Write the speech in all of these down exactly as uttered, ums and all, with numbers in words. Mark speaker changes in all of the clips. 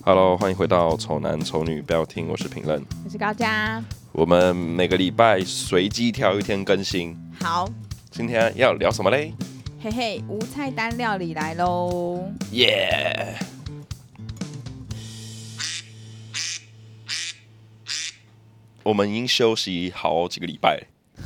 Speaker 1: Hello， 欢迎回到丑男丑女不要听，我是评论，
Speaker 2: 我是高嘉。
Speaker 1: 我们每个礼拜随机挑一天更新。
Speaker 2: 好，
Speaker 1: 今天要聊什么嘞？
Speaker 2: 嘿嘿，无菜单料理来喽！
Speaker 1: 耶、yeah ！我们已经休息好几个礼拜了，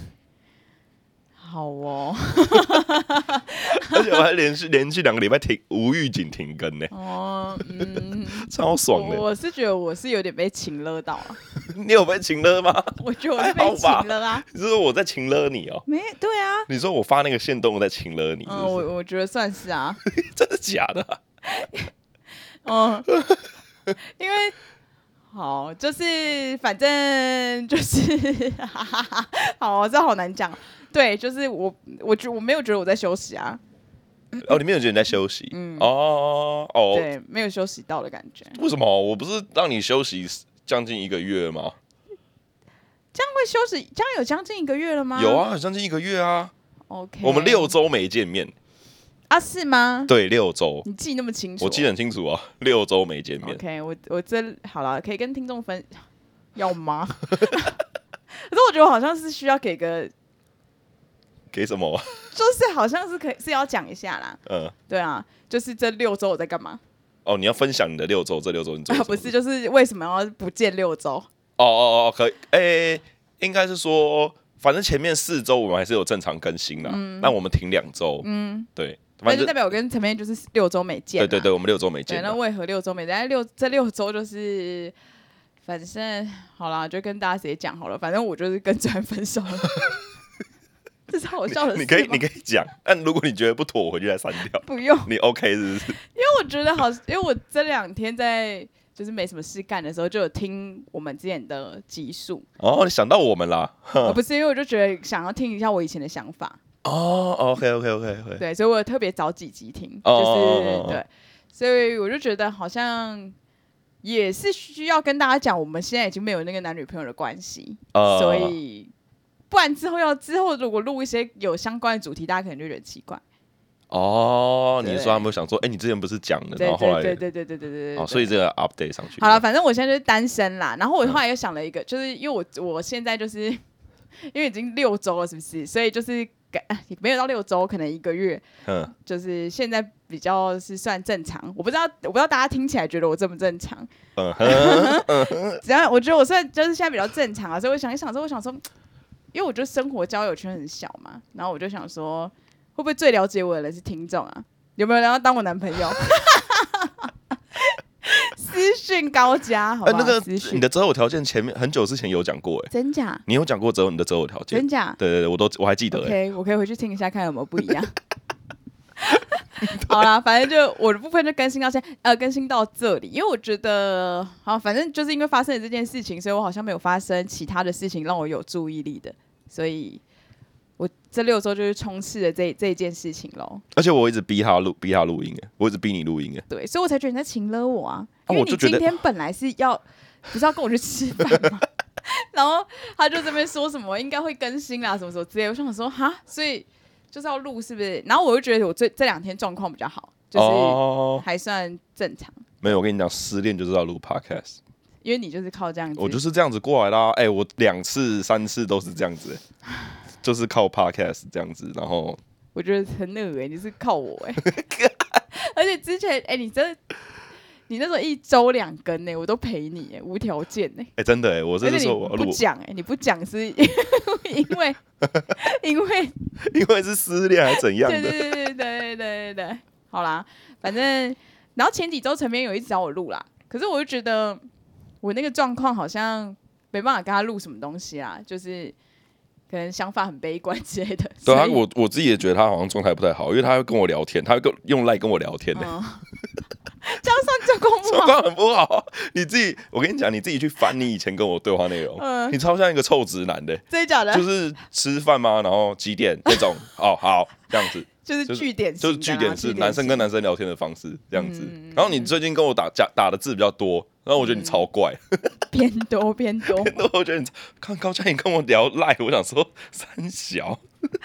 Speaker 2: 好哦，
Speaker 1: 而且我还连续连续两个礼拜停无预警停更呢。
Speaker 2: 哦，嗯，
Speaker 1: 超爽的。
Speaker 2: 我我是觉得我是有点被情勒到了。
Speaker 1: 你有被情勒吗？
Speaker 2: 我觉得我是被情勒啊。
Speaker 1: 你是说我在情勒你哦？
Speaker 2: 没，对啊。
Speaker 1: 你说我发那个限动我在情勒你是不是？
Speaker 2: 嗯，我我觉得算是啊。
Speaker 1: 真的假的、啊？
Speaker 2: 嗯，因为。好，就是反正就是好，这好难讲。对，就是我，我觉我没有觉得我在休息啊。
Speaker 1: 哦，你没有觉得你在休息？嗯，哦哦，
Speaker 2: 对，没有休息到的感觉。
Speaker 1: 为什么？我不是让你休息将近一个月吗？
Speaker 2: 这样会休息？这样有将近一个月了吗？
Speaker 1: 有啊，有将近一个月啊。
Speaker 2: OK，
Speaker 1: 我们六周没见面。
Speaker 2: 啊，是吗？
Speaker 1: 对，六周。
Speaker 2: 你记那么清楚？
Speaker 1: 我记得很清楚啊，六周没见面。
Speaker 2: OK， 我我这好了，可以跟听众分，要吗？可是我觉得我好像是需要给个，
Speaker 1: 给什么？
Speaker 2: 就是好像是可以是要讲一下啦。嗯，对啊，就是这六周我在干嘛？
Speaker 1: 哦，你要分享你的六周，这六周你做什么？
Speaker 2: 啊，不是，就是为什么要不见六周？哦
Speaker 1: 哦哦，可以，哎、欸，应该是说，反正前面四周我们还是有正常更新啦，嗯、那我们停两周，嗯，对。
Speaker 2: 那就代表我跟陈佩就是六周没见。
Speaker 1: 对对对，我们六周没见。
Speaker 2: 对，那为何六周没见？六这六周就是，反正好啦，就跟大家直接讲好了。反正我就是跟专分手了，这是好笑的事。
Speaker 1: 你可以你可以讲，但如果你觉得不妥，我回去再删掉。
Speaker 2: 不用，
Speaker 1: 你 OK 是不是？
Speaker 2: 因为我觉得好，因为我这两天在就是没什么事干的时候，就有听我们之前的集数。
Speaker 1: 哦，你想到我们啦？
Speaker 2: 我不是，因为我就觉得想要听一下我以前的想法。
Speaker 1: 哦 ，OK OK OK OK，
Speaker 2: 对，所以我有特别找几集听，就是、哦、对，所以我就觉得好像也是需要跟大家讲，我们现在已经没有那个男女朋友的关系，哦、所以不然之后要之后如果录一些有相关的主题，大家可能就觉得奇怪。
Speaker 1: 哦，你说他们想说，哎、欸，你之前不是讲的，然后后来
Speaker 2: 对对对对对对对对，
Speaker 1: 哦，所以这个 update 上去。
Speaker 2: 好了，反正我现在就是单身啦，然后我后来又想了一个，嗯、就是因为我我现在就是因为已经六周了，是不是？所以就是。也没有到六周，可能一个月，嗯，就是现在比较是算正常。我不知道，我不知道大家听起来觉得我正不正常？嗯哼，只要我觉得我算就是现在比较正常啊，所以我想一想之后，我想说，因为我觉得生活交友圈很小嘛，然后我就想说，会不会最了解我的人是听众啊？有没有人要当我男朋友？私讯高嘉，好吧、欸？
Speaker 1: 那个你的择偶条件前面很久之前有讲过、欸，哎，
Speaker 2: 真假？
Speaker 1: 你有讲过择你的择偶条件？
Speaker 2: 真假？
Speaker 1: 对对对，我都我还记得、欸。
Speaker 2: OK， 我可以回去听一下，看有没有不一样。好啦，反正就我的部分就更新到现在，呃，更新到这里，因为我觉得，好，反正就是因为发生了这件事情，所以我好像没有发生其他的事情让我有注意力的，所以我这六周就是冲刺了这这一件事情咯。
Speaker 1: 而且我一直逼他录，逼他录音，我一直逼你录音，
Speaker 2: 对，所以我才觉得你在情勒我啊，因为你今天本来是要不是要跟我去吃饭吗？然后他就这边说什么应该会更新啦，什么什么之类的，我想说哈，所以。就是要录是不是？然后我就觉得我这这两天状况比较好，就是还算正常。哦、
Speaker 1: 没有，我跟你讲，失恋就是要录 podcast，
Speaker 2: 因为你就是靠这样子。
Speaker 1: 我就是这样子过来啦。哎、欸，我两次、三次都是这样子、欸，就是靠 podcast 这样子。然后
Speaker 2: 我觉得很恶哎、欸，你是靠我哎、欸，而且之前哎、欸，你真的。你那时候一周两更呢、欸，我都陪你哎、欸，无条件哎、欸。
Speaker 1: 哎、欸，真的哎、欸，我真的说我
Speaker 2: 不讲哎、欸，你不讲是因为因为
Speaker 1: 因为是失恋还是怎样的？
Speaker 2: 对对对对对对对，好啦，反正然后前几周陈编有一直找我录啦，可是我就觉得我那个状况好像没办法跟他录什么东西啦，就是可能想法很悲观之类的。
Speaker 1: 对啊，我我自己也觉得他好像状态不太好，因为他会跟我聊天，他会跟用 LINE 跟我聊天呢、欸。嗯
Speaker 2: 这样算状况不好？
Speaker 1: 状况很不好。你自己，我跟你讲，你自己去翻你以前跟我对话内容，嗯、你超像一个臭直男的、欸。
Speaker 2: 真的假的？
Speaker 1: 就是吃饭吗？然后几点那种？哦，好，这样子。
Speaker 2: 就是句点、啊，
Speaker 1: 就是句点是男生跟男生聊天的方式，这样子。嗯、然后你最近跟我打打打的字比较多，然后我觉得你超怪，
Speaker 2: 偏多偏多。
Speaker 1: 偏多，我觉得你看高嘉颖跟我聊赖，我想说三小。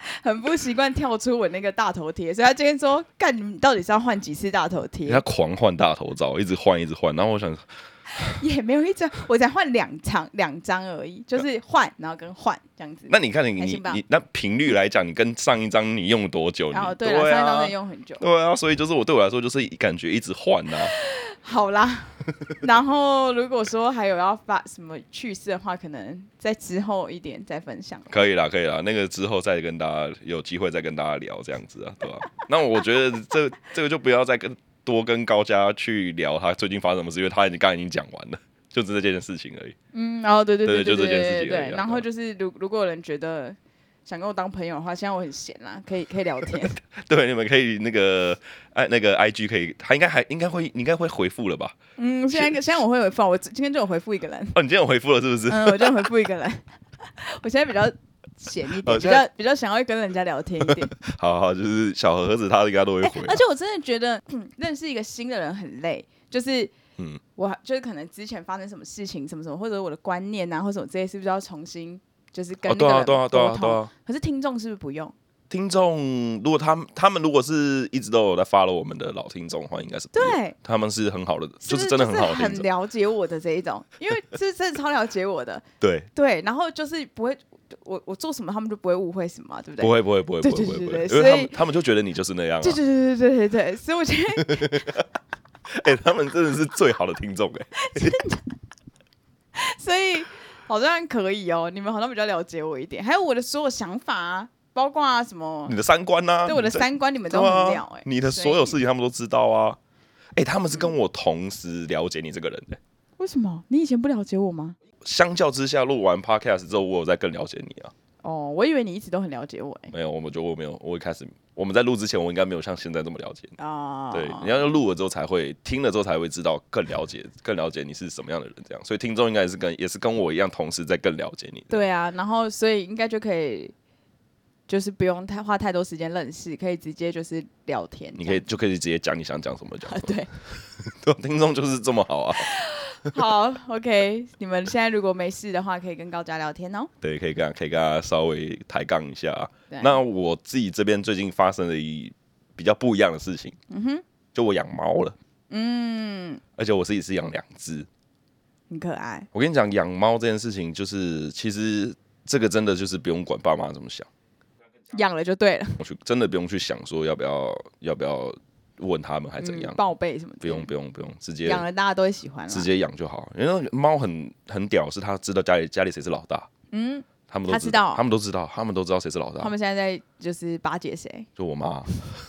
Speaker 2: 很不习惯跳出我那个大头贴，所以他今天说：“干，你到底是要换几次大头贴？”
Speaker 1: 他狂换大头照，一直换，一直换。然后我想，
Speaker 2: 也没有一张，我才换两张，两张而已，就是换，然后跟换这样子。
Speaker 1: 那你看你你你那频率来讲，你跟上一张你用多久？
Speaker 2: 然后对了，
Speaker 1: 对啊、
Speaker 2: 上一张真的用很久。
Speaker 1: 对啊，所以就是我对我来说，就是感觉一直换啊。
Speaker 2: 好啦，然后如果说还有要发什么趣事的话，可能在之后一点再分享。
Speaker 1: 可以啦，可以啦，那个之后再跟大家有机会再跟大家聊这样子啊，对吧、啊？那我觉得这这个就不要再跟多跟高嘉去聊他最近发生什么事，因为他已经刚才已经讲完了，就只是这件事情而已。
Speaker 2: 嗯，然后对对对对
Speaker 1: 对，就这件事情而已、啊。
Speaker 2: 对，然后就是如如果有人觉得想跟我当朋友的话，现在我很闲啦，可以可以聊天。
Speaker 1: 对，你们可以那个哎那个 I G 可以，他应该还应该会应该会回复了吧？
Speaker 2: 嗯，现在现在我会回复，我今天就有回复一个人。
Speaker 1: 哦，你今天有回复了是不是？
Speaker 2: 嗯，我就回复一个人。我现在比较闲一点，比较比较想要跟人家聊天一点。
Speaker 1: 好好，就是小盒子他应该都会回、啊
Speaker 2: 欸。而且我真的觉得、嗯、认识一个新的人很累，就是嗯，我就是可能之前发生什么事情什么什么，或者我的观念啊，或者什么这些，是不是要重新就是跟那个人沟通？
Speaker 1: 对啊对啊对啊对啊。
Speaker 2: 可是听众是不是不用？
Speaker 1: 听众如果他们他们如果是一直都有在 follow 我们的老听众的话，应该是不
Speaker 2: 对，
Speaker 1: 他们是很好的，是就是真的很好的听众，
Speaker 2: 很了解我的这一种，因为是真的超了解我的。
Speaker 1: 对
Speaker 2: 对，然后就是不会。我我做什么，他们就不会误会什么，对不对？
Speaker 1: 不会不会不会不会不会不会，因为他们他们就觉得你就是那样、啊。
Speaker 2: 对对对对对对，所以我觉得，
Speaker 1: 哎、欸，他们真的是最好的听众哎、欸，
Speaker 2: 真的。所以好像可以哦，你们好像比较了解我一点，还有我的所有想法啊，包括啊什么
Speaker 1: 你的三观啊，
Speaker 2: 对我的三观你们都很了哎、欸啊，
Speaker 1: 你的所有事情他们都知道啊。哎、欸，他们是跟我同时了解你这个人的、欸。
Speaker 2: 为什么？你以前不了解我吗？
Speaker 1: 相较之下，录完 podcast 之后，我有在更了解你啊。
Speaker 2: 哦，我以为你一直都很了解我、欸。
Speaker 1: 没有，我觉得我没有。我一开始我们在录之前，我应该没有像现在这么了解你。
Speaker 2: 哦，
Speaker 1: 对，你要录了之后才会，听了之后才会知道更了解，更了解你是什么样的人，这样。所以听众应该也是跟也是跟我一样，同时在更了解你。
Speaker 2: 对啊，然后所以应该就可以，就是不用太花太多时间认识，可以直接就是聊天。
Speaker 1: 你可以就可以直接讲你想讲什么讲什么。
Speaker 2: 对，
Speaker 1: 对，听众就是这么好啊。
Speaker 2: 好 ，OK， 你们现在如果没事的话，可以跟高嘉聊天哦。
Speaker 1: 对，可以跟他可以跟他稍微抬杠一下。那我自己这边最近发生了一比较不一样的事情，嗯哼，就我养猫了，嗯，而且我自己是养两只，
Speaker 2: 很可爱。
Speaker 1: 我跟你讲，养猫这件事情，就是其实这个真的就是不用管爸妈怎么想，
Speaker 2: 养了就对了，
Speaker 1: 我去真的不用去想说要不要要不要。问他们还怎样？
Speaker 2: 报备什么的？
Speaker 1: 不用不用不用，直接
Speaker 2: 养了大家都会喜欢，
Speaker 1: 直接养就好。因为猫很很屌，是它知道家里家里谁是老大。嗯，他们都知道，他们都知道，他们都知道谁是老大。
Speaker 2: 他们现在在就是巴结谁？
Speaker 1: 就我妈，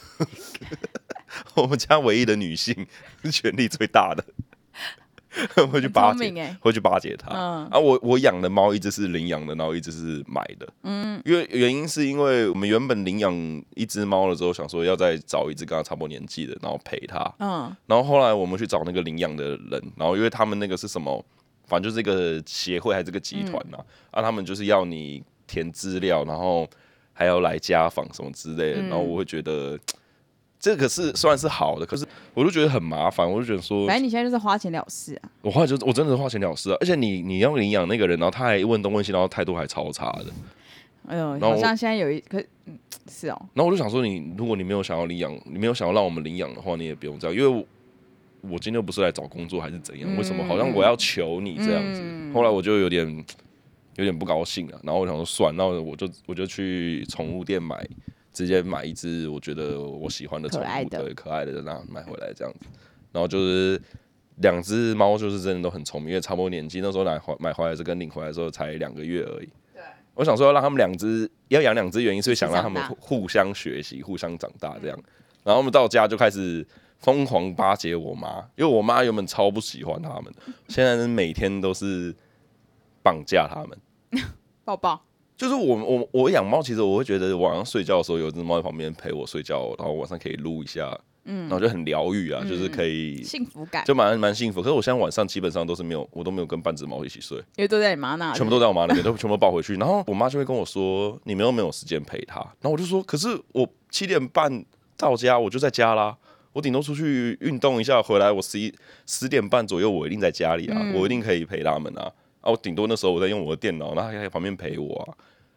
Speaker 1: 我们家唯一的女性，权力最大的。会去巴结，
Speaker 2: 欸、
Speaker 1: 会去巴结它。嗯、啊，我我养的猫一只是领养的，然后一只是买的。嗯，因为原因是因为我们原本领养一只猫了之后，想说要再找一只跟它差不多年纪的，然后陪它。嗯，然后后来我们去找那个领养的人，然后因为他们那个是什么，反正就是一个协会还是个集团呐、啊，嗯、啊，他们就是要你填资料，然后还要来家访什么之类的，嗯、然后我会觉得。这个是算是好的，可是我就觉得很麻烦，我就觉得说，
Speaker 2: 反正你现在就是花钱了事啊。
Speaker 1: 我花就我真的是花钱了事啊，而且你你要领养那个人，然后他还问东问西，然后态度还超差的。
Speaker 2: 哎呦，好像现在有一可嗯是哦。
Speaker 1: 然后我就想说你，如果你没有想要领养，你没有想要让我们领养的话，你也不用这样，因为我我今天不是来找工作还是怎样？嗯、为什么好像我要求你这样子？嗯、后来我就有点有点不高兴了，然后我想说算，然后我就我就去宠物店买。直接买一只我觉得我喜欢的宠物，对，可爱的，然后买回来这样子。然后就是两只猫，就是真的都很聪明，因为差不多年纪，那时候买买回来是跟领回来的时候才两个月而已。对，我想说要让他们两只要养两只，原因是想让他们互相学习、互相长大这样。然后我们到家就开始疯狂巴结我妈，因为我妈原本超不喜欢他们的，现在是每天都是绑架他们，
Speaker 2: 抱抱。
Speaker 1: 就是我我我养猫，其实我会觉得晚上睡觉的时候有一只猫在旁边陪我睡觉，然后晚上可以撸一下，嗯，然后就很疗愈啊，嗯、就是可以
Speaker 2: 幸福感，
Speaker 1: 就蛮蛮幸福。可是我现在晚上基本上都是没有，我都没有跟半只猫一起睡，
Speaker 2: 因为都在你妈那，
Speaker 1: 全部都在我妈那边，都全部抱回去。然后我妈就会跟我说：“你们又没有时间陪它。”然后我就说：“可是我七点半到家，我就在家啦。我顶多出去运动一下，回来我十一十点半左右，我一定在家里啊，嗯、我一定可以陪他们啊。啊，我顶多那时候我在用我的电脑，然后他在旁边陪我啊。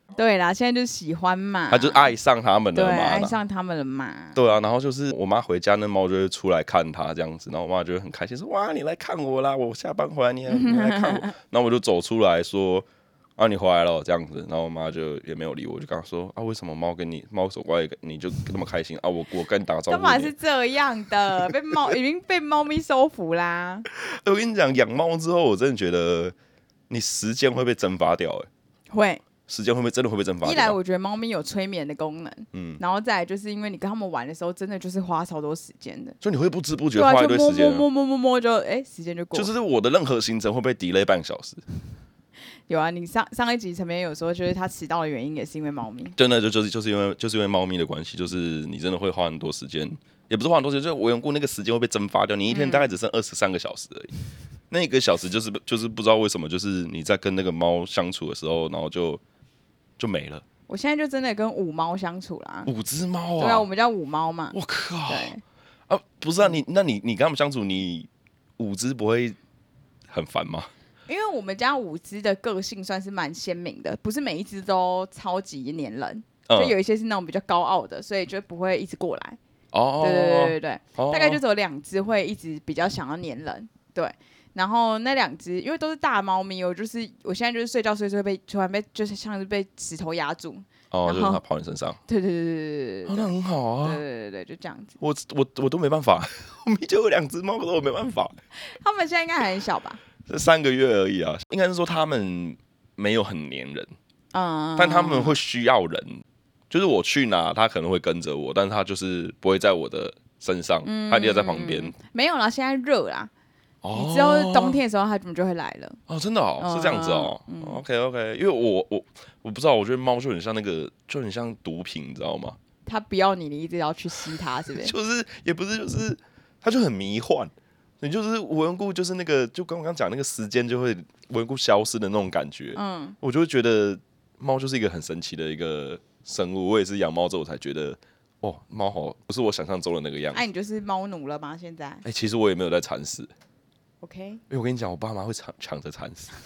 Speaker 2: 对啦，现在就喜欢嘛，
Speaker 1: 他就爱上他们了嘛，
Speaker 2: 对，爱上他们了嘛。
Speaker 1: 对啊，然后就是我妈回家，那猫就会出来看它这样子，然后我妈就会很开心说：“哇，你来看我啦！我下班回来，你来你来看我。”然后我就走出来说：“啊，你回来了。”这样子，然后我妈就也没有理我，就跟她说：“啊，为什么猫跟你猫走过来，你就那么开心啊？我我跟你打个招呼。”干
Speaker 2: 嘛是这样的？被猫已经被猫咪收服啦。
Speaker 1: 我跟你讲，养猫之后，我真的觉得你时间会被蒸发掉，哎，
Speaker 2: 会。
Speaker 1: 时间会不会真的会被蒸发掉？
Speaker 2: 一来我觉得猫咪有催眠的功能，嗯，然后再来就是因为你跟他们玩的时候，真的就是花超多时间的，
Speaker 1: 就你会不知不觉花一堆时间，
Speaker 2: 摸摸摸摸摸就哎、欸，时间就过了。
Speaker 1: 就是我的任何行程会被 delay 半小时。
Speaker 2: 有啊，你上上一集陈边有说，就是他迟到的原因也是因为猫咪，
Speaker 1: 真的就就是就是因为就是因为猫咪的关系，就是你真的会花很多时间，也不是花很多时间，就是我用过那个时间会被蒸发掉，你一天大概只剩二十三个小时而已。嗯、那一个小时就是就是不知道为什么，就是你在跟那个猫相处的时候，然后就。就没了。
Speaker 2: 我现在就真的跟五猫相处啦，
Speaker 1: 五只猫啊！
Speaker 2: 对啊，我们叫五猫嘛。
Speaker 1: 我靠！
Speaker 2: 对
Speaker 1: 啊，不是啊，你那你你跟他们相处，你五只不会很烦吗？
Speaker 2: 因为我们家五只的个性算是蛮鲜明的，不是每一只都超级黏人，嗯、就有一些是那种比较高傲的，所以就不会一直过来。哦，对对对对对，哦、大概就只有两只会一直比较想要黏人，对。然后那两只因为都是大猫咪，我就是我现在就是睡觉睡睡被突然被就是像是被石头压住，
Speaker 1: 哦，就是它跑你身上，
Speaker 2: 对对对对对，
Speaker 1: 哦，那很好啊，
Speaker 2: 对对对对，就这样子。
Speaker 1: 我我我都没办法，我们就有两只猫，可是我没办法。
Speaker 2: 他们现在应该还很小吧？
Speaker 1: 三个月而已啊，应该是说他们没有很黏人，嗯，但他们会需要人，就是我去哪，它可能会跟着我，但是它就是不会在我的身上，它一定要在旁边。
Speaker 2: 嗯、没有啦，现在热啦。哦、你知道冬天的时候，它们就会来了。
Speaker 1: 哦，真的哦，嗯、是这样子哦。嗯、OK OK， 因为我我我不知道，我觉得猫就很像那个，就很像毒品，你知道吗？
Speaker 2: 它不要你，你一直要去吸它，是不是？
Speaker 1: 就是也不是，就是它就很迷幻，你就是无缘故，就是那个，就刚刚讲那个时间就会无缘故消失的那种感觉。嗯，我就会觉得猫就是一个很神奇的一个生物。我也是养猫之后，我才觉得。哦，猫好不是我想象中的那个样子。
Speaker 2: 哎、啊，你就是猫奴了吗？现在？
Speaker 1: 哎、欸，其实我也没有在铲屎。
Speaker 2: OK，
Speaker 1: 因为我跟你讲，我爸妈会抢抢着铲屎。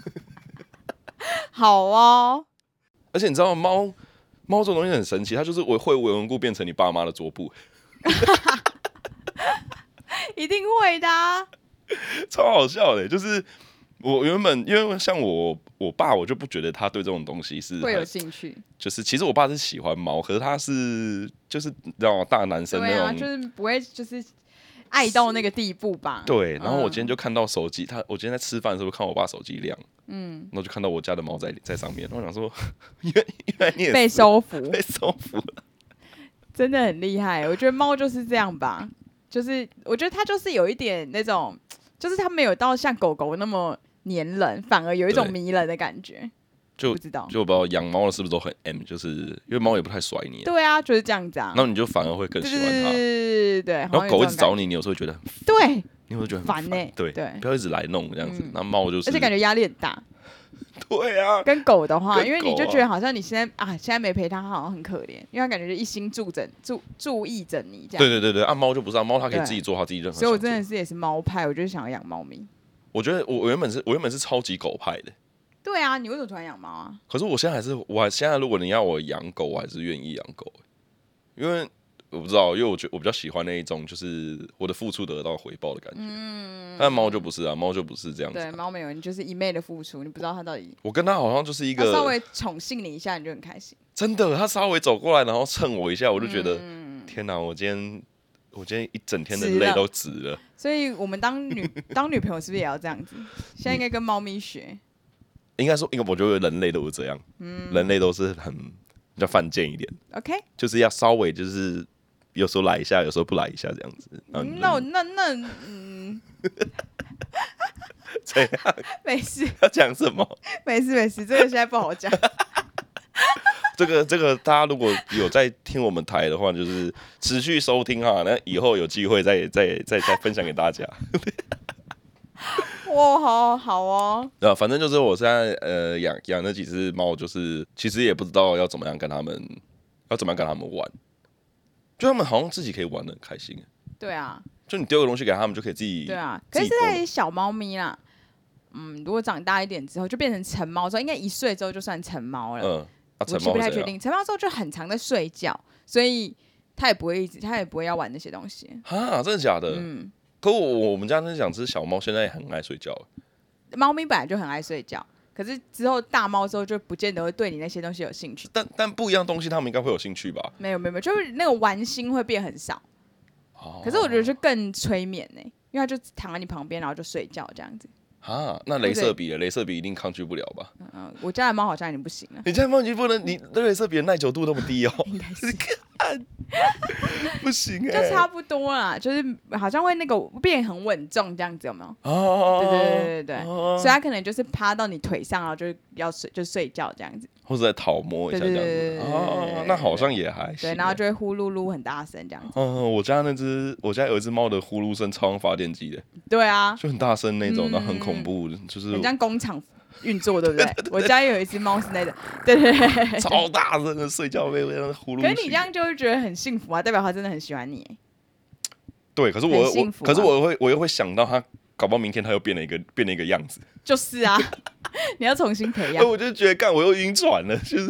Speaker 2: 好哦。
Speaker 1: 而且你知道猫猫这种东西很神奇，它就是我会无缘无故变成你爸妈的桌布。
Speaker 2: 一定会的、啊。
Speaker 1: 超好笑的，就是我原本因为像我我爸，我就不觉得他对这种东西是
Speaker 2: 会有兴趣。
Speaker 1: 就是其实我爸是喜欢猫，可是他是就是你知道大男生那种，
Speaker 2: 对啊，就是不会就是爱到那个地步吧。
Speaker 1: 对，然后我今天就看到手机，他我今天在吃饭的时候看我爸手机亮，嗯，然后就看到我家的猫在在上面，然后我想说，原原来你也
Speaker 2: 被收服，
Speaker 1: 被收服了，
Speaker 2: 真的很厉害。我觉得猫就是这样吧，就是我觉得它就是有一点那种，就是它没有到像狗狗那么黏人，反而有一种迷人的感觉。
Speaker 1: 就
Speaker 2: 不知道，
Speaker 1: 就我不知道养猫的是不是都很 M， 就是因为猫也不太甩你。
Speaker 2: 对啊，就是这样子啊。
Speaker 1: 然后你就反而会更喜欢它。
Speaker 2: 对对。
Speaker 1: 然后狗一直找你，你有时候会觉得很
Speaker 2: 对，
Speaker 1: 你会觉得很
Speaker 2: 烦呢、欸。
Speaker 1: 对
Speaker 2: 对，
Speaker 1: 不要一直来弄这样子。那、嗯、猫就是，
Speaker 2: 而且感觉压力很大。
Speaker 1: 对啊。
Speaker 2: 跟狗的话，
Speaker 1: 啊、
Speaker 2: 因为你就觉得好像你现在啊，现在没陪它，好像很可怜，因为它感觉就一心注着注注意着你这样。
Speaker 1: 对对对对，按、啊、猫就不是，按、啊、猫它可以自己做它自己任何。
Speaker 2: 所以我真的是也是猫派，我就是想要养猫咪。
Speaker 1: 我觉得我我原本是我原本是超级狗派的。
Speaker 2: 对啊，你为什么突然养猫啊？
Speaker 1: 可是我现在还是，我现在如果你要我养狗，我还是愿意养狗，因为我不知道，因为我觉得我比较喜欢那一种，就是我的付出得到回报的感觉。嗯，但猫就不是啊，猫就不是这样子、啊。
Speaker 2: 对，猫没有，你就是一昧的付出，你不知道它到底。
Speaker 1: 我跟它好像就是一个
Speaker 2: 稍微宠幸你一下，你就很开心。
Speaker 1: 真的，它稍微走过来，然后蹭我一下，我就觉得，嗯、天哪！我今天我今天一整天的累都值了。
Speaker 2: 所以我们当女当女朋友是不是也要这样子？现在应该跟猫咪学。
Speaker 1: 应该说，因为我觉得人类都是这样，嗯、人类都是很比较犯贱一点。
Speaker 2: OK，
Speaker 1: 就是要稍微就是有时候来一下，有时候不来一下这样子。
Speaker 2: 嗯、那我那那嗯，
Speaker 1: 怎样？
Speaker 2: 没事。
Speaker 1: 要讲什么？
Speaker 2: 没事没事，这个现在不好讲。
Speaker 1: 这个这个，大家如果有在听我们台的话，就是持续收听哈，那以后有机会再再再再分享给大家。
Speaker 2: 哇，好好哦。
Speaker 1: 啊，反正就是我现在呃养养那几只猫，就是其实也不知道要怎么样跟他们，要怎么样跟他们玩，就他们好像自己可以玩得很开心。
Speaker 2: 对啊，
Speaker 1: 就你丢个东西给他们，就可以自己。
Speaker 2: 对啊，可是现在小猫咪啦，嗯，如果长大一点之后，就变成成猫之后，应该一岁之后就算成猫了。嗯，
Speaker 1: 啊、
Speaker 2: 我其实不太确定。陈茂之后就很常在睡觉，所以他也不会一直，他也不会要玩那些东西。
Speaker 1: 哈，真的假的？嗯。可我我们家那两只小猫现在也很爱睡觉。
Speaker 2: 猫咪本来就很爱睡觉，可是之后大猫之后就不见得会对你那些东西有兴趣。
Speaker 1: 但但不一样东西，它们应该会有兴趣吧？
Speaker 2: 没有没有没有，就是那个玩心会变很少。哦。可是我觉得就更催眠呢、欸，因为它就躺在你旁边，然后就睡觉这样子。
Speaker 1: 啊，那雷射笔，雷射笔一定抗拒不了吧？
Speaker 2: 嗯嗯，我家的猫好像已经不行了。
Speaker 1: 你家的猫已经不能，你那雷射笔的耐久度那么低哦？
Speaker 2: 应该是。
Speaker 1: 不行哎、欸，
Speaker 2: 就差不多啦，就是好像会那个变很稳重这样子，有没有？哦，对对对对对，哦、所以它可能就是趴到你腿上，然后就要睡就睡觉这样子，
Speaker 1: 或者在讨摸一下这样子。对对对对对哦，那好像也还行。
Speaker 2: 对，然后就会呼噜噜很大声这样子。
Speaker 1: 嗯，我家那只，我家有一只猫的呼噜声超像发电机的。
Speaker 2: 对啊，
Speaker 1: 就很大声那种，然后很恐怖，嗯、就是
Speaker 2: 很像工厂运作，对不对？我家也有一只猫是那种，对对对，
Speaker 1: 超大声的睡觉被那样呼噜。
Speaker 2: 可是你这样就会觉得很幸福啊，代表它真的很喜欢你。
Speaker 1: 对，可是我、啊、我，可是我会，我又会想到它，搞不好明天它又变了一个变了一个样子。
Speaker 2: 就是啊，你要重新培养。
Speaker 1: 我就觉得，干，我又晕船了，就是。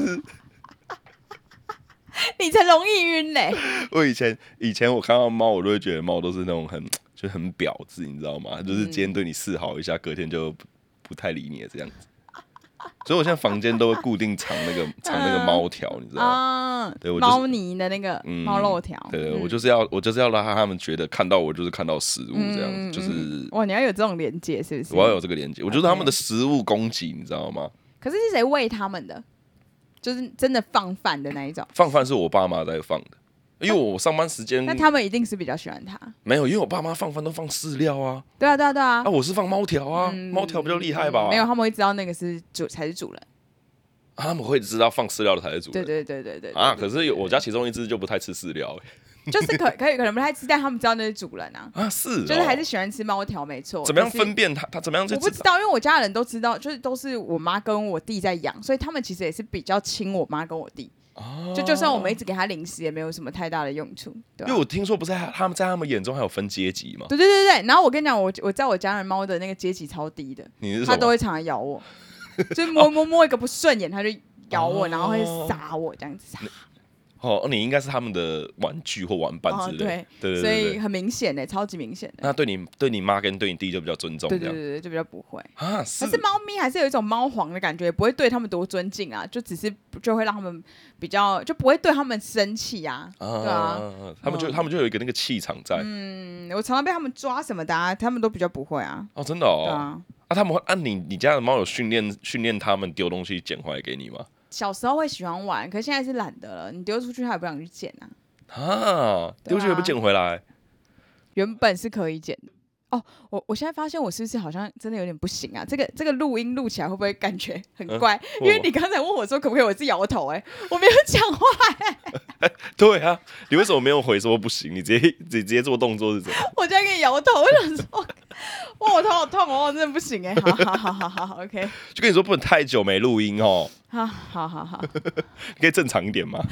Speaker 2: 你才容易晕嘞！
Speaker 1: 我以前以前我看到猫，我都会觉得猫都是那种很就很婊子，你知道吗？就是今天对你示好一下，隔天就不不太理你这样子。所以我现在房间都会固定藏那个藏那个猫条，你知道吗？
Speaker 2: 啊，对，我猫泥的那个猫肉条。
Speaker 1: 对对，我就是要我就是要让他们觉得看到我就是看到食物这样子，就是
Speaker 2: 哇，你要有这种连接是不是？
Speaker 1: 我要有这个连接，我就是他们的食物供给，你知道吗？
Speaker 2: 可是是谁喂他们的？就是真的放饭的那一种。
Speaker 1: 放饭是我爸妈在放的。因为我上班时间，
Speaker 2: 那他们一定是比较喜欢他。
Speaker 1: 没有，因为我爸妈放饭都放饲料啊。
Speaker 2: 对啊，对啊，对啊。
Speaker 1: 啊，我是放猫条啊，嗯、猫条比较厉害吧、嗯？
Speaker 2: 没有，他们会知道那个是主才是主人。
Speaker 1: 啊、他们会知道放饲料的才是主人。
Speaker 2: 对对对对 对, 對。
Speaker 1: 啊，可是有我家其中一只就不太吃饲料、
Speaker 2: 欸，就是可可以可能不太吃，但他们知道那是主人啊。
Speaker 1: 啊，是、哦。
Speaker 2: 就是还是喜欢吃猫条，没错。
Speaker 1: 怎么样分辨它？它怎么样？
Speaker 2: 我不知道，因为我家人都知道，就是都是我妈跟我弟在养，所以他们其实也是比较亲我妈跟我弟。哦、就就算我们一直给他零食，也没有什么太大的用处。对、啊，
Speaker 1: 因为我听说不是他们在他们眼中还有分阶级嘛。
Speaker 2: 对对对对，然后我跟你讲，我我在我家人猫的那个阶级超低的，
Speaker 1: 你是
Speaker 2: 它都会常常咬我，就摸摸摸一个不顺眼，它就咬我，哦、然后会撒我这样子。
Speaker 1: 哦，你应该是他们的玩具或玩伴之类的，哦、
Speaker 2: 对, 对, 对, 对, 对，所以很明显的，超级明显的。
Speaker 1: 那对你对你妈跟对你弟就比较尊重，
Speaker 2: 对对对对，就比较不会
Speaker 1: 啊。是，
Speaker 2: 可是猫咪还是有一种猫皇的感觉，也不会对他们多尊敬啊，就只是就会让他们比较，就不会对他们生气啊，啊对啊，
Speaker 1: 他们就、嗯、他们就有一个那个气场在。
Speaker 2: 嗯，我常常被他们抓什么的、啊，他们都比较不会啊。
Speaker 1: 哦，真的哦。
Speaker 2: 对啊。
Speaker 1: 啊，他们会啊，你你家的猫有训练训练他们丢东西捡回来给你吗？
Speaker 2: 小时候会喜欢玩，可是现在是懒得了。你丢出去，它也不想去捡啊。
Speaker 1: 啊，丢出去也不捡回来？
Speaker 2: 原本是可以捡的。哦，我我现在发现我是不是好像真的有点不行啊？这个这个录音录起来会不会感觉很怪？嗯、因为你刚才问我说可不可以，我自己摇头、欸，哎，我没有讲话、欸。
Speaker 1: 对啊，你为什么没有回说不行？你直接你直接做动作是怎样？
Speaker 2: 我在跟你摇头，我想说，哇，我头好痛哦，我真的不行哎、欸。好好好好好好 ，OK。
Speaker 1: 就跟你说不能太久没录音哦。
Speaker 2: 好好好好，
Speaker 1: 可以正常一点吗？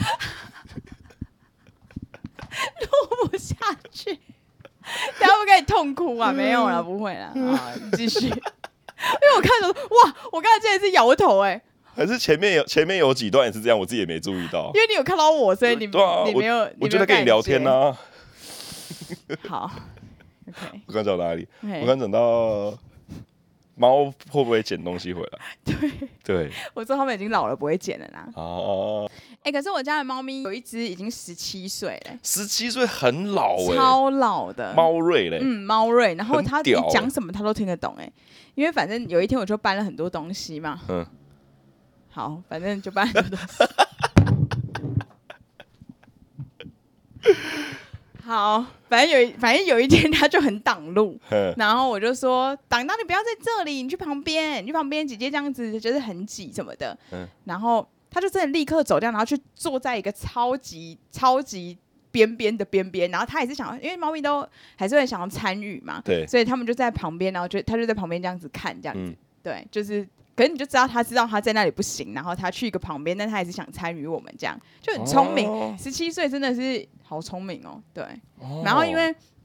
Speaker 2: 录不下去。等下会不会痛哭啊？没有啦，不会啦。好，继续。因为我看着哇，我刚才竟然是摇头哎、欸。
Speaker 1: 还是前面有前面有几段也是这样，我自己也没注意到。
Speaker 2: 因为你有看到我，所以你
Speaker 1: 对啊，
Speaker 2: 你没有，我,
Speaker 1: 我就在跟你聊天啊。
Speaker 2: 好 ，OK。
Speaker 1: 我刚讲哪里？我刚讲到猫会不会捡东西回来？
Speaker 2: 对
Speaker 1: 对，
Speaker 2: 我说他们已经老了，不会捡了啦。
Speaker 1: 哦。
Speaker 2: 哎、欸，可是我家的猫咪有一只已经十七岁了，
Speaker 1: 十七岁很老哎、欸，
Speaker 2: 超老的
Speaker 1: 猫瑞嘞，
Speaker 2: 嗯，猫瑞，然后它你讲什么它都听得懂哎、欸，因为反正有一天我就搬了很多东西嘛，嗯，好，反正就搬很多东西，好，反正有反正有一天它就很挡路，然后我就说挡到你不要在这里，你去旁边，你去旁边，姐姐这样子就是很挤什么的，嗯，然后。他就真的立刻走掉，然后去坐在一个超级超级边边的边边，然后他也是想，因为猫咪都还是会想要参与嘛，
Speaker 1: 对，
Speaker 2: 所以他们就在旁边，然后就他就在旁边这样子看，这样子，嗯、对，就是，可是你就知道他知道他在那里不行，然后他去一个旁边，但他还是想参与我们，这样就很聪明，十七岁真的是好聪明哦，对，哦、然后因为。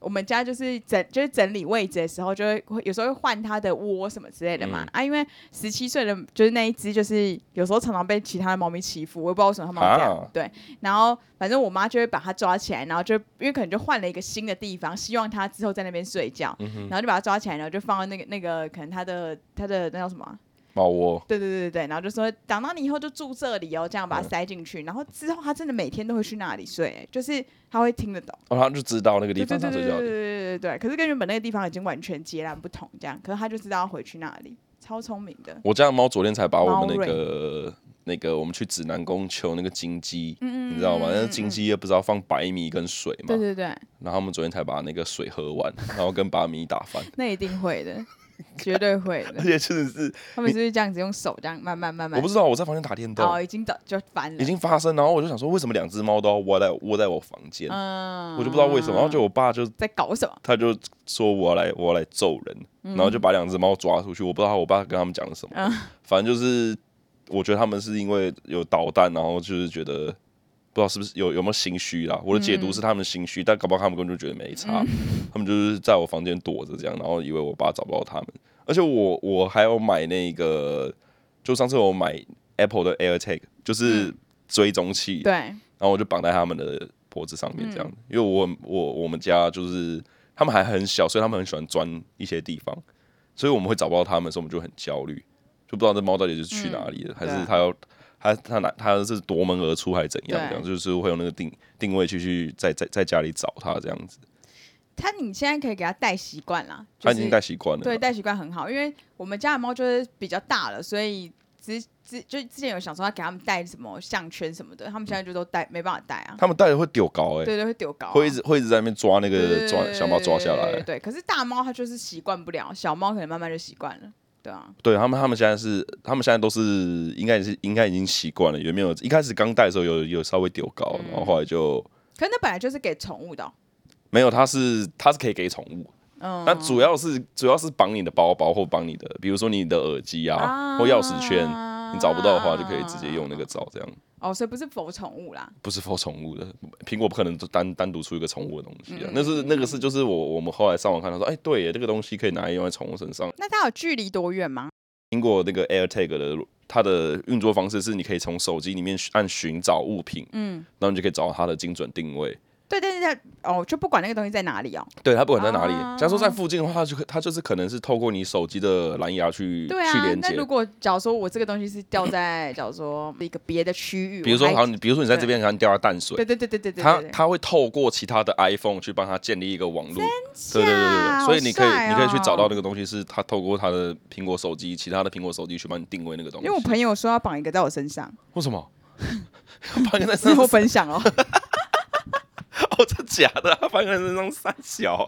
Speaker 2: 我们家就是整就是整理位置的时候，就会有时候会换它的窝什么之类的嘛、嗯、啊，因为十七岁的就是那一只，就是有时候常常被其他的猫咪欺负，我也不知道为什么它们这样、啊、对，然后反正我妈就会把它抓起来，然后就因为可能就换了一个新的地方，希望它之后在那边睡觉、嗯，然后就把它抓起来，然后就放到那个那个可能它的它的那叫什么、啊？
Speaker 1: 猫窝，
Speaker 2: 对对对对，然后就说等到你以后就住这里哦，这样把它塞进去、嗯，然后之后他真的每天都会去那里睡，就是他会听得懂，
Speaker 1: 哦，他就知道那个地方他睡觉。
Speaker 2: 对对对对对对，可是跟原本那个地方已经完全截然不同，这样，可是他就知道要回去那里，超聪明的。
Speaker 1: 我家的猫昨天才把我们那个那个我们去指南宫求那个金鸡，嗯嗯你知道吗？那金鸡也不知道放白米跟水嘛，
Speaker 2: 对对对，
Speaker 1: 然后我们昨天才把那个水喝完，然后跟把米打翻，
Speaker 2: 那一定会的。绝对会的，
Speaker 1: 而且真的是
Speaker 2: 他们是不是这样子用手这样慢慢慢慢？
Speaker 1: 我不知道，我在房间打电动，
Speaker 2: 哦，已经就翻了，
Speaker 1: 已经发生，然后我就想说，为什么两只猫都要窝在窝在我房间、嗯？我就不知道为什么，然后就我爸就
Speaker 2: 在搞什么，
Speaker 1: 他就说我要来我要来揍人、嗯，然后就把两只猫抓出去，我不知道我爸跟他们讲了什么、嗯，反正就是我觉得他们是因为有捣蛋，然后就是觉得。不知道是不是有有没有心虚啦？我的解读是他们心虚、嗯，但搞不好他们根本就觉得没差、嗯，他们就是在我房间躲着这样，然后以为我爸找不到他们。而且我我还有买那个，就上次我买 Apple 的 AirTag， 就是追踪器、嗯，对，然后我就绑在他们的脖子上面这样，嗯、因为我我我们家就是他们还很小，所以他们很喜欢钻一些地方，所以我们会找不到他们的时候，我们就很焦虑，就不知道这猫到底是去哪里了，嗯、还是它要。他他哪他是夺门而出还是怎样？这样就是会有那个定定位去去在在在家里找他这样子。
Speaker 2: 他你现在可以给他带习惯啦，
Speaker 1: 他已经带习惯了。
Speaker 2: 对，带习惯很好，因为我们家的猫就是比较大了，所以之之就之前有想说要给他们带什么项圈什么的，他们现在就都带没办法带啊。
Speaker 1: 他们带的会丢高哎、欸，
Speaker 2: 对对会丢高、啊，
Speaker 1: 会一直会一直在那边抓那个抓小猫抓下来、欸。
Speaker 2: 对, 对，可是大猫它就是习惯不了，小猫可能慢慢就习惯了。对啊，
Speaker 1: 对他们，他们现在是，他们现在都是应该是应该已经习惯了，有没有？一开始刚带的时候有有稍微丢高、嗯，然后后来就，
Speaker 2: 可是那本来就是给宠物的、哦，
Speaker 1: 没有，它是它是可以给宠物，嗯，那主要是主要是绑你的包包或绑你的，比如说你的耳机啊，啊或钥匙圈，你找不到的话就可以直接用那个找这样。
Speaker 2: 哦，所以不是否宠物啦，
Speaker 1: 不是否宠物的，苹果不可能单单独出一个宠物的东西啊，嗯、那是那个是就是我我们后来上网看到说，哎、欸，对耶，这个东西可以拿来用在宠物身上。
Speaker 2: 那它有距离多远吗？
Speaker 1: 苹果那个 AirTag 的它的运作方式是，你可以从手机里面按寻找物品，嗯，然后你就可以找到它的精准定位。
Speaker 2: 对，但是它哦，就不管那个东西在哪里哦。
Speaker 1: 对，它不管在哪里，假如说在附近的话，它就它就是可能是透过你手机的蓝牙去
Speaker 2: 对啊
Speaker 1: 去连接。
Speaker 2: 那如果假如说我这个东西是掉在假如说一个别的区域，
Speaker 1: 比如说好，比如说你在这边可能掉在淡水，
Speaker 2: 对对对对对对，
Speaker 1: 它它会透过其他的 iPhone 去帮它建立一个网络，对对对对，所以你可以、哦、你可以去找到那个东西，是它透过它的苹果手机，其他的苹果手机去帮你定位那个东西。
Speaker 2: 因为我朋友说要绑一个在我身上，
Speaker 1: 为什么？绑一个在身上，
Speaker 2: 我分享哦。
Speaker 1: 哦，这假的、啊，绑一个在身上三小。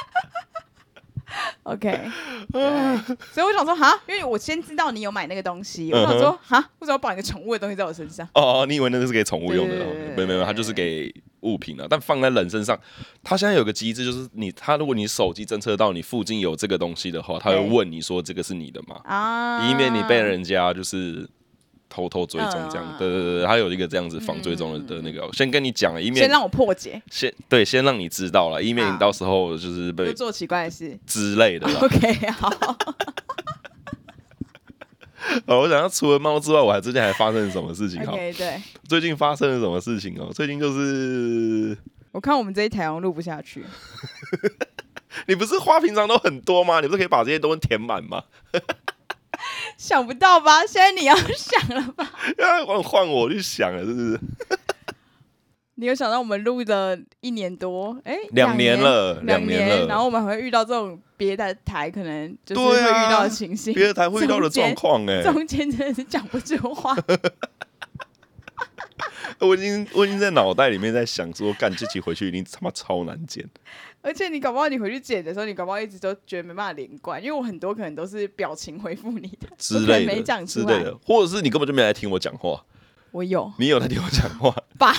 Speaker 2: OK， 所以我想说哈，因为我先知道你有买那个东西，我想说哈，为什么要绑一个宠物的东西在我身上？
Speaker 1: 哦，你以为那个是给宠物用的？没有没有，它就是给物品啊。但放在人身上，它现在有个机制，就是你，它如果你手机侦测到你附近有这个东西的话，它会问你说这个是你的吗？啊，以免你被人家就是偷偷追踪这样。嗯、对对对，它有一个这样子防追踪的那个，嗯、先跟你讲，以免
Speaker 2: 先让我破解，
Speaker 1: 先对，先让你知道了，以免你到时候就是被
Speaker 2: 做奇怪的事
Speaker 1: 之类的。
Speaker 2: OK， 好。
Speaker 1: 哦，我想要除了猫之外，我还最近还发生了什么事情？
Speaker 2: OK， 对，
Speaker 1: 最近发生了什么事情哦？最近就是
Speaker 2: 我看我们这一台录不下去。
Speaker 1: 你不是话平常都很多吗？你不是可以把这些东西填满吗？
Speaker 2: 想不到吧？现在你要想了吧？
Speaker 1: 要换我去想了，是不是？
Speaker 2: 你有想到我们录的一年多，哎、欸，
Speaker 1: 两年了，两
Speaker 2: 年
Speaker 1: 了，
Speaker 2: 然后我们还会遇到这种别的台可能就是会遇到的情形，
Speaker 1: 别、啊、的台会遇到的状况，哎，
Speaker 2: 中间真的是讲不出话。
Speaker 1: 我已经我已经在脑袋里面在想说，干这期回去一定他妈超难剪。
Speaker 2: 而且你搞不好你回去剪的时候，你搞不好一直都觉得没办法连贯，因为我很多可能都是表情回复你的
Speaker 1: 之类的，
Speaker 2: 没讲出来
Speaker 1: 之类的，或者是你根本就没来听我讲话。
Speaker 2: 我有，
Speaker 1: 你有在听我讲话
Speaker 2: 吧？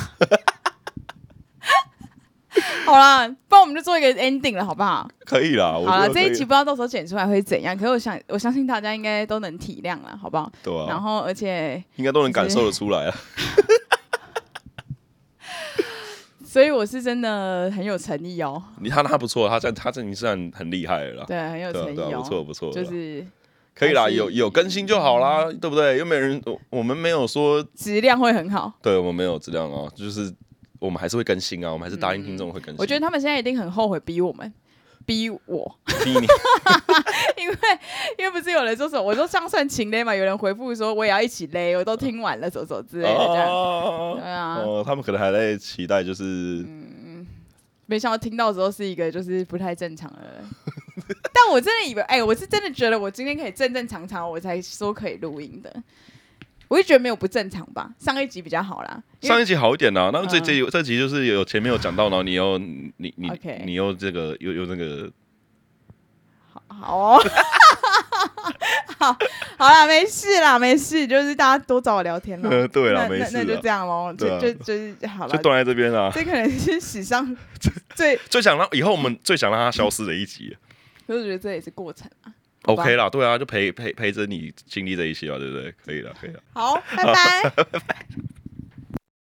Speaker 2: 好啦，不然我们就做一个 ending 了，好不好？
Speaker 1: 可以啦，
Speaker 2: 好啦，这一集不知道到时候剪出来会怎样，可是我想我相信大家应该都能体谅了，好不好？
Speaker 1: 对啊。
Speaker 2: 然后而且
Speaker 1: 应该都能感受得出来啊。
Speaker 2: 所以我是真的很有诚意哦。
Speaker 1: 你他他不错，他在他这已经算很厉害了啦。
Speaker 2: 对，很有诚意哦，
Speaker 1: 不错不错，
Speaker 2: 就是
Speaker 1: 可以啦，有有更新就好啦，对不对？又没人，我们没有说
Speaker 2: 质量会很好。
Speaker 1: 对，我们没有质量啊，就是我们还是会更新啊，我们还是答应听众会更新。
Speaker 2: 我觉得他们现在一定很后悔逼我们。逼我，
Speaker 1: 逼你，
Speaker 2: 因为因为不是有人说什么，我说这样算情勒嘛？有人回复说我也要一起勒，我都听完了，走走之类的这样。哦、对啊，
Speaker 1: 哦，他们可能还在期待，就是，
Speaker 2: 嗯，没想到听到之后是一个就是不太正常的人。但我真的以为，哎、欸，我是真的觉得我今天可以正正常常，我才说可以录音的。我就觉得没有不正常吧，上一集比较好啦。
Speaker 1: 上一集好一点啦，那这这、嗯、这集就是有前面有讲到，然后你又你你、okay. 你又这个又又那个，
Speaker 2: 好好哦，好好啦，没事啦，没事，就是大家多找我聊天啦。
Speaker 1: 呃、对啦，没事，
Speaker 2: 那就这样咯，就、啊、就就是好了，
Speaker 1: 就断在这边啦。
Speaker 2: 这可能是史上最
Speaker 1: 最想让以后我们最想让它消失的一集。
Speaker 2: 可是我觉得这也是过程啊。
Speaker 1: OK 啦，对啊，就陪陪陪着你经历这一些吧，对不对？可以了，可以了。
Speaker 2: 好，拜拜。拜拜。